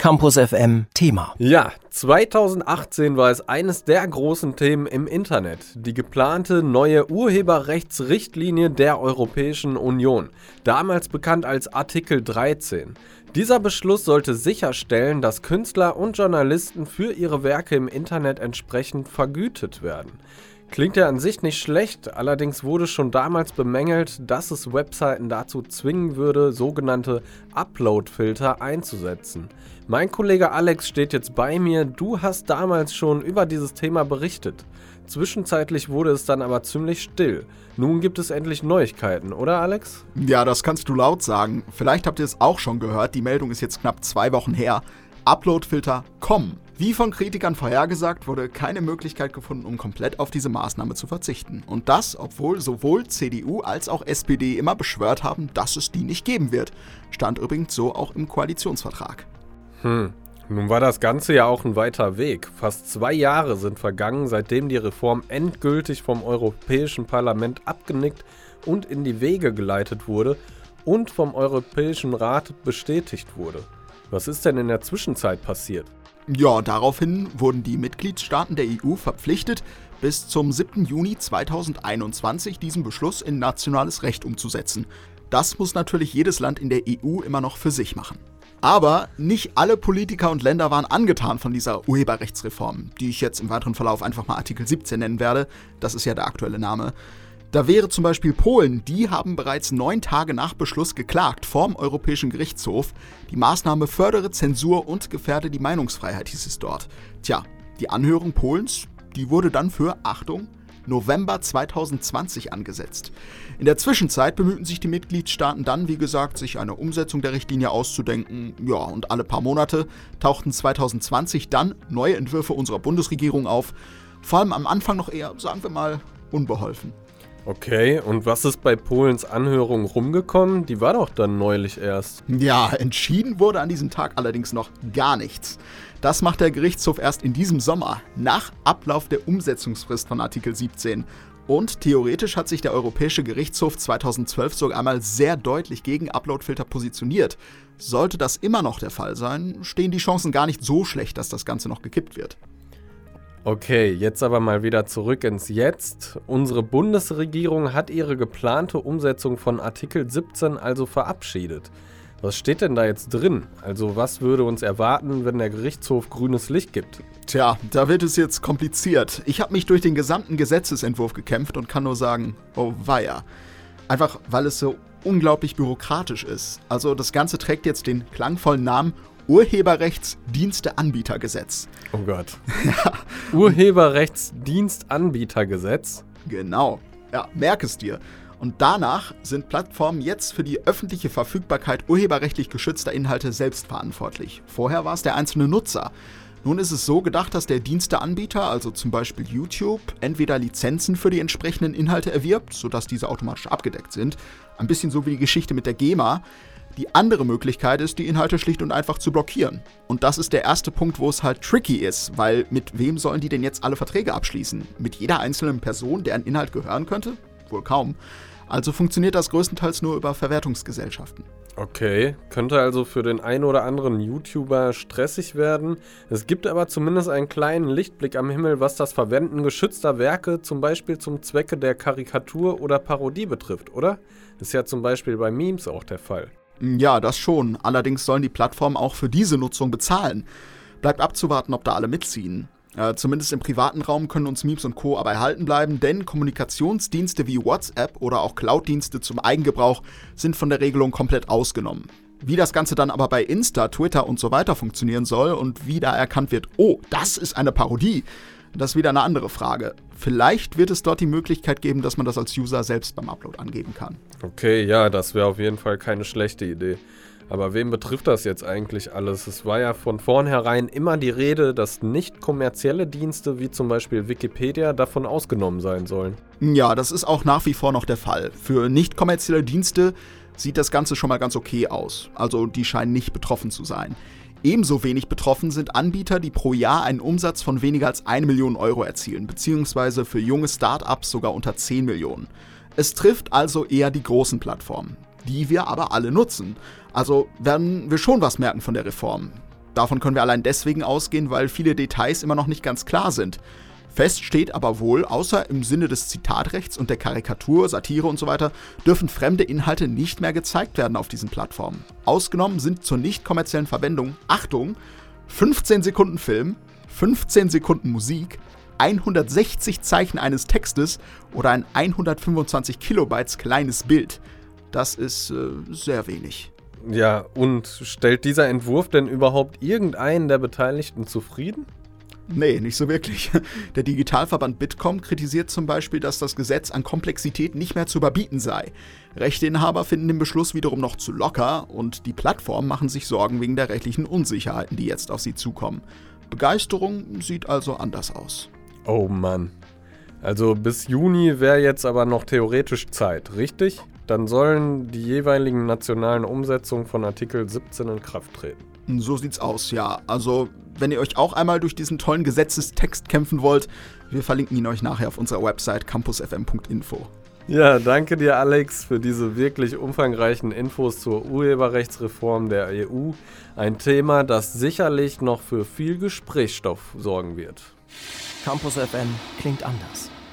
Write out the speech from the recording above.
Campus FM Thema. Ja, 2018 war es eines der großen Themen im Internet. Die geplante neue Urheberrechtsrichtlinie der Europäischen Union, damals bekannt als Artikel 13. Dieser Beschluss sollte sicherstellen, dass Künstler und Journalisten für ihre Werke im Internet entsprechend vergütet werden. Klingt ja an sich nicht schlecht, allerdings wurde schon damals bemängelt, dass es Webseiten dazu zwingen würde, sogenannte Upload-Filter einzusetzen. Mein Kollege Alex steht jetzt bei mir, du hast damals schon über dieses Thema berichtet. Zwischenzeitlich wurde es dann aber ziemlich still. Nun gibt es endlich Neuigkeiten, oder Alex? Ja, das kannst du laut sagen. Vielleicht habt ihr es auch schon gehört, die Meldung ist jetzt knapp 2 Wochen her. Upload-Filter kommen. Wie von Kritikern vorhergesagt, wurde keine Möglichkeit gefunden, um komplett auf diese Maßnahme zu verzichten. Und das, obwohl sowohl CDU als auch SPD immer beschwört haben, dass es die nicht geben wird. Stand übrigens so auch im Koalitionsvertrag. Nun war das Ganze ja auch ein weiter Weg. Fast 2 Jahre sind vergangen, seitdem die Reform endgültig vom Europäischen Parlament abgenickt und in die Wege geleitet wurde und vom Europäischen Rat bestätigt wurde. Was ist denn in der Zwischenzeit passiert? Ja, daraufhin wurden die Mitgliedstaaten der EU verpflichtet, bis zum 7. Juni 2021 diesen Beschluss in nationales Recht umzusetzen. Das muss natürlich jedes Land in der EU immer noch für sich machen. Aber nicht alle Politiker und Länder waren angetan von dieser Urheberrechtsreform, die ich jetzt im weiteren Verlauf einfach mal Artikel 17 nennen werde. Das ist ja der aktuelle Name. Da wäre zum Beispiel Polen, die haben bereits 9 Tage nach Beschluss geklagt vorm Europäischen Gerichtshof. Die Maßnahme fördere Zensur und gefährde die Meinungsfreiheit, hieß es dort. Tja, die Anhörung Polens, die wurde dann für, Achtung, November 2020 angesetzt. In der Zwischenzeit bemühten sich die Mitgliedstaaten dann, wie gesagt, sich eine Umsetzung der Richtlinie auszudenken. Ja, und alle paar Monate tauchten 2020 dann neue Entwürfe unserer Bundesregierung auf. Vor allem am Anfang noch eher, sagen wir mal, unbeholfen. Okay, und was ist bei Polens Anhörung rumgekommen? Die war doch dann neulich erst. Ja, entschieden wurde an diesem Tag allerdings noch gar nichts. Das macht der Gerichtshof erst in diesem Sommer, nach Ablauf der Umsetzungsfrist von Artikel 17. Und theoretisch hat sich der Europäische Gerichtshof 2012 sogar einmal sehr deutlich gegen Uploadfilter positioniert. Sollte das immer noch der Fall sein, stehen die Chancen gar nicht so schlecht, dass das Ganze noch gekippt wird. Okay, jetzt aber mal wieder zurück ins Jetzt. Unsere Bundesregierung hat ihre geplante Umsetzung von Artikel 17 also verabschiedet. Was steht denn da jetzt drin? Also was würde uns erwarten, wenn der Gerichtshof grünes Licht gibt? Tja, da wird es jetzt kompliziert. Ich habe mich durch den gesamten Gesetzesentwurf gekämpft und kann nur sagen, oh weia. Einfach weil es so unglaublich bürokratisch ist. Also das Ganze trägt jetzt den klangvollen Namen Urheberrechtsdiensteanbietergesetz. Oh Gott. Ja. Urheberrechtsdienstanbietergesetz? Genau. Ja, merk es dir. Und danach sind Plattformen jetzt für die öffentliche Verfügbarkeit urheberrechtlich geschützter Inhalte selbst verantwortlich. Vorher war es der einzelne Nutzer. Nun ist es so gedacht, dass der Diensteanbieter, also zum Beispiel YouTube, entweder Lizenzen für die entsprechenden Inhalte erwirbt, sodass diese automatisch abgedeckt sind. Ein bisschen so wie die Geschichte mit der GEMA. Die andere Möglichkeit ist, die Inhalte schlicht und einfach zu blockieren. Und das ist der erste Punkt, wo es halt tricky ist, weil mit wem sollen die denn jetzt alle Verträge abschließen? Mit jeder einzelnen Person, der ein Inhalt gehören könnte? Wohl kaum. Also funktioniert das größtenteils nur über Verwertungsgesellschaften. Okay, könnte also für den einen oder anderen YouTuber stressig werden. Es gibt aber zumindest einen kleinen Lichtblick am Himmel, was das Verwenden geschützter Werke zum Beispiel zum Zwecke der Karikatur oder Parodie betrifft, oder? Ist ja zum Beispiel bei Memes auch der Fall. Ja, das schon. Allerdings sollen die Plattformen auch für diese Nutzung bezahlen. Bleibt abzuwarten, ob da alle mitziehen. Zumindest im privaten Raum können uns Memes und Co. aber erhalten bleiben, denn Kommunikationsdienste wie WhatsApp oder auch Cloud-Dienste zum Eigengebrauch sind von der Regelung komplett ausgenommen. Wie das Ganze dann aber bei Insta, Twitter und so weiter funktionieren soll und wie da erkannt wird, oh, das ist eine Parodie, das ist wieder eine andere Frage. Vielleicht wird es dort die Möglichkeit geben, dass man das als User selbst beim Upload angeben kann. Okay, ja, das wäre auf jeden Fall keine schlechte Idee. Aber wen betrifft das jetzt eigentlich alles? Es war ja von vornherein immer die Rede, dass nicht kommerzielle Dienste wie zum Beispiel Wikipedia davon ausgenommen sein sollen. Ja, das ist auch nach wie vor noch der Fall. Für nicht kommerzielle Dienste sieht das Ganze schon mal ganz okay aus. Also die scheinen nicht betroffen zu sein. Ebenso wenig betroffen sind Anbieter, die pro Jahr einen Umsatz von weniger als 1 Million Euro erzielen, beziehungsweise für junge Start-ups sogar unter 10 Millionen. Es trifft also eher die großen Plattformen, die wir aber alle nutzen. Also werden wir schon was merken von der Reform. Davon können wir allein deswegen ausgehen, weil viele Details immer noch nicht ganz klar sind. Fest steht aber wohl, außer im Sinne des Zitatrechts und der Karikatur, Satire und so weiter, dürfen fremde Inhalte nicht mehr gezeigt werden auf diesen Plattformen. Ausgenommen sind zur nicht kommerziellen Verwendung, Achtung, 15 Sekunden Film, 15 Sekunden Musik, 160 Zeichen eines Textes oder ein 125 Kilobytes kleines Bild. Das ist sehr wenig. Ja, und stellt dieser Entwurf denn überhaupt irgendeinen der Beteiligten zufrieden? Nee, nicht so wirklich. Der Digitalverband Bitkom kritisiert zum Beispiel, dass das Gesetz an Komplexität nicht mehr zu überbieten sei. Rechteinhaber finden den Beschluss wiederum noch zu locker und die Plattformen machen sich Sorgen wegen der rechtlichen Unsicherheiten, die jetzt auf sie zukommen. Begeisterung sieht also anders aus. Oh Mann. Also bis Juni wäre jetzt aber noch theoretisch Zeit, richtig? Dann sollen die jeweiligen nationalen Umsetzungen von Artikel 17 in Kraft treten. So sieht's aus, ja. Also, wenn ihr euch auch einmal durch diesen tollen Gesetzestext kämpfen wollt, wir verlinken ihn euch nachher auf unserer Website campusfm.info. Ja, danke dir, Alex, für diese wirklich umfangreichen Infos zur Urheberrechtsreform der EU. Ein Thema, das sicherlich noch für viel Gesprächsstoff sorgen wird. Campus FM klingt anders.